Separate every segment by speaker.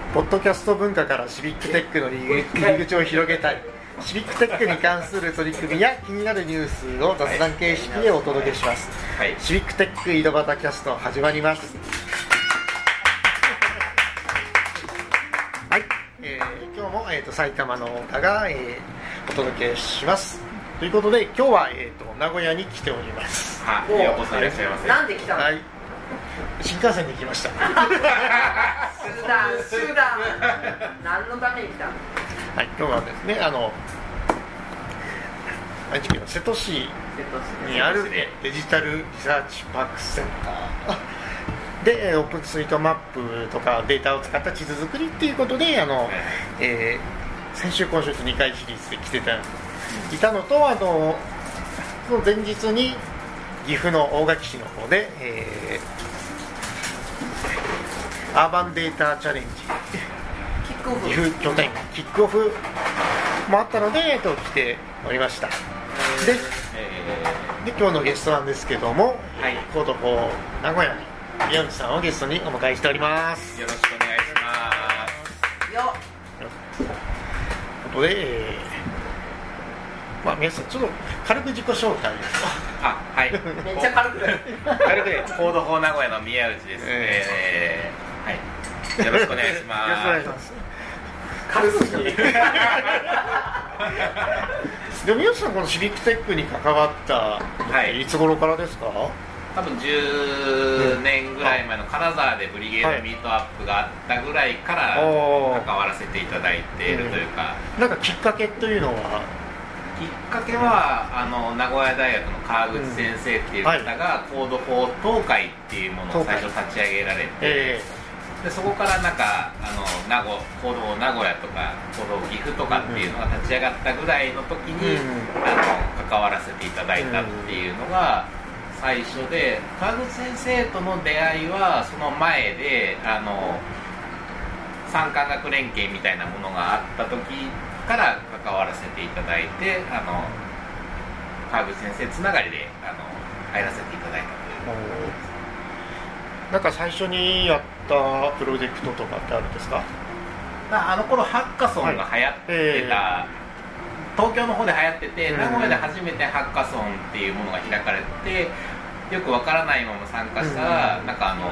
Speaker 1: ポッドキャスト文化からシビックテックの入り口を広げたい、シビックテックに関する取り組みや気になるニュースを雑談形式でお届けします、はい、シビックテック井戸端キャスト始まります。はい、今日も、埼玉の太田が、お届けします。ということで今日は、名古屋に来ております。
Speaker 2: ようこそいらっしゃいませ。
Speaker 3: なんで来たの？
Speaker 1: はい、新幹線で来ました。
Speaker 3: 集団何のために来たの？
Speaker 1: はい、今日はですね、愛知県の瀬戸市にあるデジタルリサーチパークセンターでオープンスイートマップとかデータを使った地図作りっていうことで先週今週と2回シリーズで来ていたのと、その前日に岐阜の大垣市の方で、アーバンデータチャレンジ岐阜拠点キックオフもあったので、来ておりました。で今日のゲストなんですけども、コードフォー名古屋に宮内さんをゲストにお迎えしております。
Speaker 2: よろしくお願いします
Speaker 3: よ。
Speaker 1: ということで、皆さんちょっと軽く自己紹介です。
Speaker 2: はい。
Speaker 3: めっちゃ軽く
Speaker 2: コードフォー名古屋の宮内です。はい。よろしくお願いします。
Speaker 1: よろしくお願いします。
Speaker 3: 軽すぎる。
Speaker 1: で宮内さん、このシビックテックに関わったいつ頃からですか？
Speaker 2: 多分10年ぐらい前の金沢でブリゲードミートアップがあったぐらいから関わらせていただいているというか、
Speaker 1: なんかきっかけというのは？
Speaker 2: きっかけは名古屋大学の川口先生っていう方がコードフォー東海っていうものを最初立ち上げられて、でそこからなんかコードフォー名古屋とかコードフォー岐阜とかっていうのが立ち上がったぐらいの時に関わらせていただいたっていうのが最初で、川口先生との出会いはその前で産官学連携みたいなものがあった時から関わらせていただいて、川口先生つながりで入らせていただいたという。
Speaker 1: なんか最初にやったプロジェクトとかってあるんですか？
Speaker 2: あの頃ハッカソンが流行ってた、東京の方で流行ってて、名古屋で初めてハッカソンっていうものが開かれて、よくわからないまま参加したら、なんか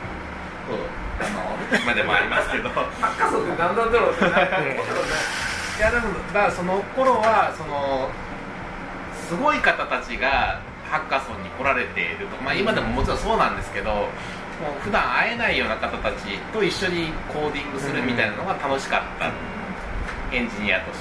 Speaker 2: 今でもありますけど
Speaker 3: ハッカソンって何なんだろうって思ったことない。
Speaker 2: いやでもその頃はすごい方たちがハッカソンに来られていると、今でももちろんそうなんですけど、もう普段会えないような方たちと一緒にコーディングするみたいなのが楽しかった、エンジニアとして。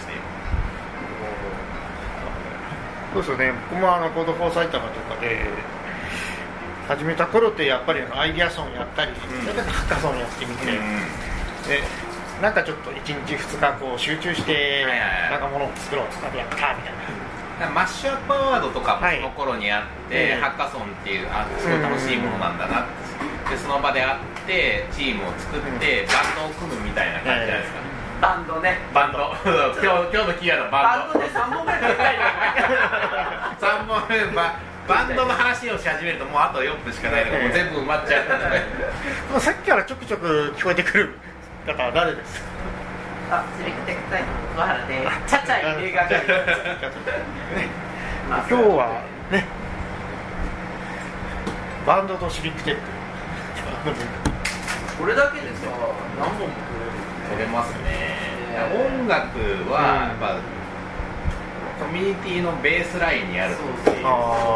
Speaker 1: そうですよね。僕もコードフォー埼玉とかで始めた頃ってやっぱりアイディアソンやったり、ハッカソンやってみて、でなんかちょっと1日2日こう集中してなんかものを作ろうとかでやったみたいな。
Speaker 2: マッシュアップアワードとかもその頃にあって、ハッカソンっていうすごい楽しいものなんだなって、でその場で会ってチームを作ってバンドを組むみたいな感じじゃないですか。
Speaker 3: バンドね。
Speaker 2: バンド。今日のキーワードバンド。
Speaker 3: バンドで3本目でかいよ。
Speaker 2: 3本目バンドの話をし始めるともうあと4分しかないので、もう全部埋まっちゃうので。
Speaker 1: さっきからちょくちょく聞こえてくる方は誰ですか？
Speaker 3: シビックテックサイトの桑原でちゃちゃい映画館
Speaker 1: 今日はね、バンドとシビックテック
Speaker 3: これだけでさ何本も
Speaker 2: 撮れますね。音楽はやっぱコミュニティのベースラインにあるっていう。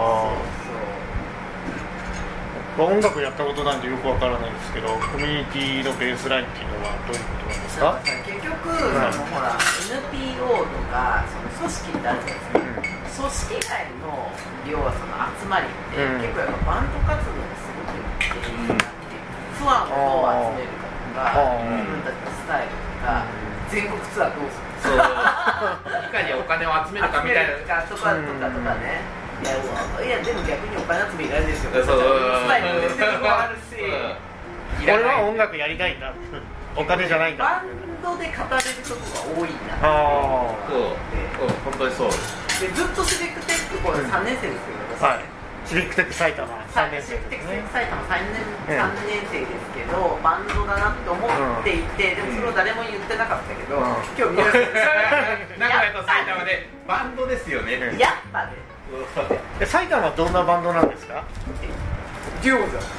Speaker 1: 音楽やったことなんでよくわからないんですけど、コミュニティのベースラインっていうのはどういうことなんですか？
Speaker 3: 結局ほら NPO とかその組織ってあるじゃないですか、組織外の要はその集まりって、結構やっぱバンド活動にすごく原因になっている。ファンをどう集めるかとか、自分たちのスタイルとか、全国ツアーどうするか、
Speaker 2: いかにお金を集めるかみたいな
Speaker 3: とかね。いやでも逆にお金集めいらないですよ。スタイルも全然あるし、
Speaker 1: 俺は音楽やりたいんだ。お金じゃないんだ。
Speaker 3: バンドで語れるとこが多いな。
Speaker 2: 本当にそう
Speaker 3: でずっとシビックテックこれ3年生ですけど、
Speaker 1: シビックテック埼玉3年生ですね。
Speaker 3: 埼玉3年生ですけど、バンドだなって思っていて、でもそれを誰も言ってなかったけど、今日皆さん
Speaker 2: 名古屋と埼玉でバンドですよね。
Speaker 3: やっぱね。
Speaker 1: 埼玉はどんなバンドなんですか？
Speaker 3: デュオだ。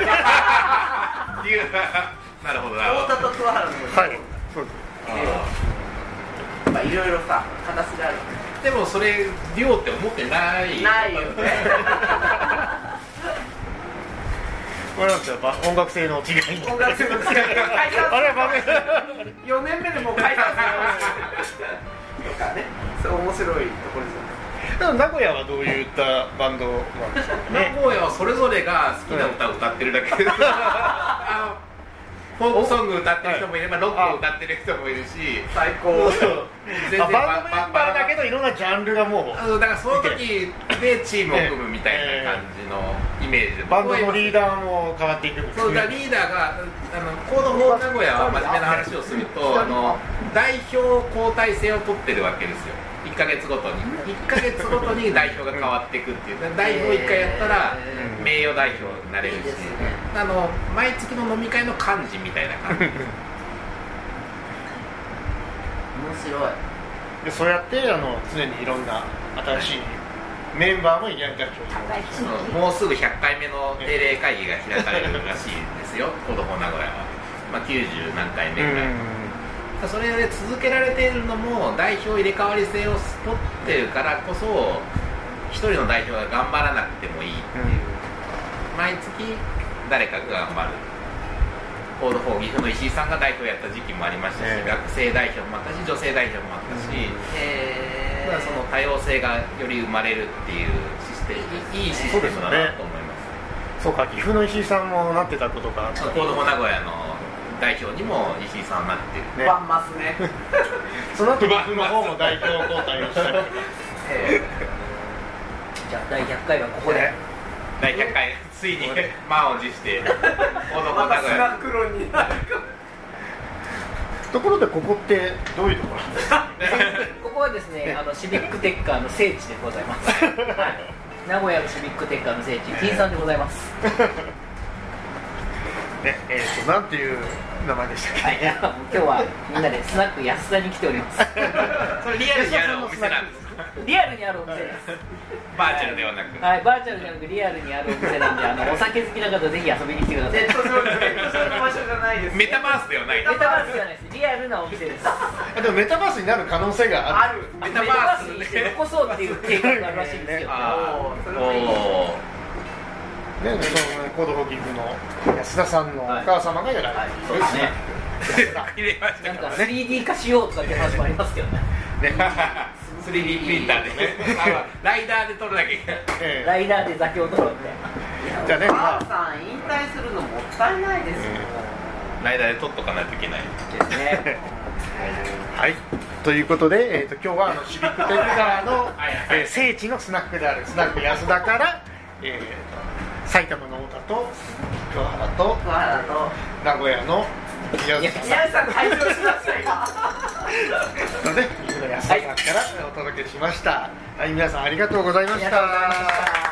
Speaker 2: なるほどなるほど。
Speaker 3: 太田と桑原の。
Speaker 1: はい。そうです。
Speaker 3: まあいろいろさ形がある。
Speaker 2: でもそれデュオって思ってない。
Speaker 3: ないよね。
Speaker 1: これなんですよ、音楽性の違い。
Speaker 3: 音楽性の違い。
Speaker 1: あれバメ。
Speaker 3: 4年目でもう解散する。とかね。そう面白いところですよね。
Speaker 1: でも名古屋はどういったバンドなんですかね。
Speaker 2: 名古屋はそれぞれが好きな歌を歌ってるだけで。フォークソング歌ってる人もいればロックを歌ってる人もいるし、
Speaker 3: 最高。
Speaker 2: 全然
Speaker 1: バンドメンバーだけどいろんなジャンルがもう
Speaker 2: だからその時でチームを組むみたいな感じのイメージで、
Speaker 1: バンドのリーダーも変わっていくんですね。
Speaker 2: そうだ、リーダーがコードフォー名古屋は真面目な話をすると代表交代制を取ってるわけですよ。1ヶ月ごとに代表が変わっていくっていう、代表1回やったら名誉代表になれるし、毎月の飲み会の幹事みたいな感じ。
Speaker 3: 面白い。
Speaker 1: でそうやって常にいろんな新しいメンバーもやりたいと。
Speaker 2: もうすぐ100回目の定例会議が開かれるらしいですよ。コードフォー名古屋は、90何回目ぐらい。それで続けられているのも代表入れ替わり制を取ってるからこそ、一人の代表が頑張らなくてもいいっていう、毎月誰かが頑張る。コードフォー岐阜の石井さんが代表やった時期もありましたし、学生代表もあったし、女性代表もあったし、だからその多様性がより生まれるっていうシステム、いいシステムだなと思います。
Speaker 1: そうか、岐阜の石井さんもなってたことがあった。
Speaker 2: コードフォー名古屋の代表にも石井さんになってる、
Speaker 3: ワンマスね。
Speaker 1: その後岐阜の方も代表交代をしたり。
Speaker 3: じゃあ第100回はここで。
Speaker 2: 第100回ついに満を持してコードフォー名古屋。
Speaker 1: ところでここってどういうところなんですか？
Speaker 4: ここはですね、シビックテッカーの聖地でございます。名古屋のシビックテッカーの聖地、金さんでございます。
Speaker 1: ね、なんていう名前でしたっけ？
Speaker 4: 今日はみんなでスナック安田に来ております。
Speaker 2: それリアルにあるお店なんですか？
Speaker 4: リアルにあるお店です。
Speaker 2: バーチャルではなく。
Speaker 4: はい、バーチャルじゃなくリアルにあるお店なんで、お酒好きな方ぜひ遊びに来てください。
Speaker 3: ネット上の場所じゃないです。
Speaker 2: メタバースではない。
Speaker 4: メタバースじゃないです。リアルなお店です。
Speaker 1: でもメタバースになる可能性がある。
Speaker 2: メタバース
Speaker 4: にして残そうっていう計画があるらしいんですけど。
Speaker 1: ね、そのコードフォー岐阜の安田さんのお母様がやられている。そうですね。
Speaker 4: なんか 3D 化しようとかって話もありますけどね。
Speaker 2: 3D プリンターでね。ライダーで撮るだけ。
Speaker 4: ライダーで座標を撮るって。
Speaker 1: じゃあね、
Speaker 3: お母さん引退するのもったいないですよ。
Speaker 2: ライダーで撮っとかないといけない
Speaker 4: ですね。
Speaker 1: はい。ということで、今日はシビックテッカーの聖地のスナックであるスナック安田から。埼玉の太田と桑原と名古屋の宮
Speaker 3: さん退場しましたよ。
Speaker 1: ので、岐阜の安田さんからお届けしました。はい、皆さんありがとうございました。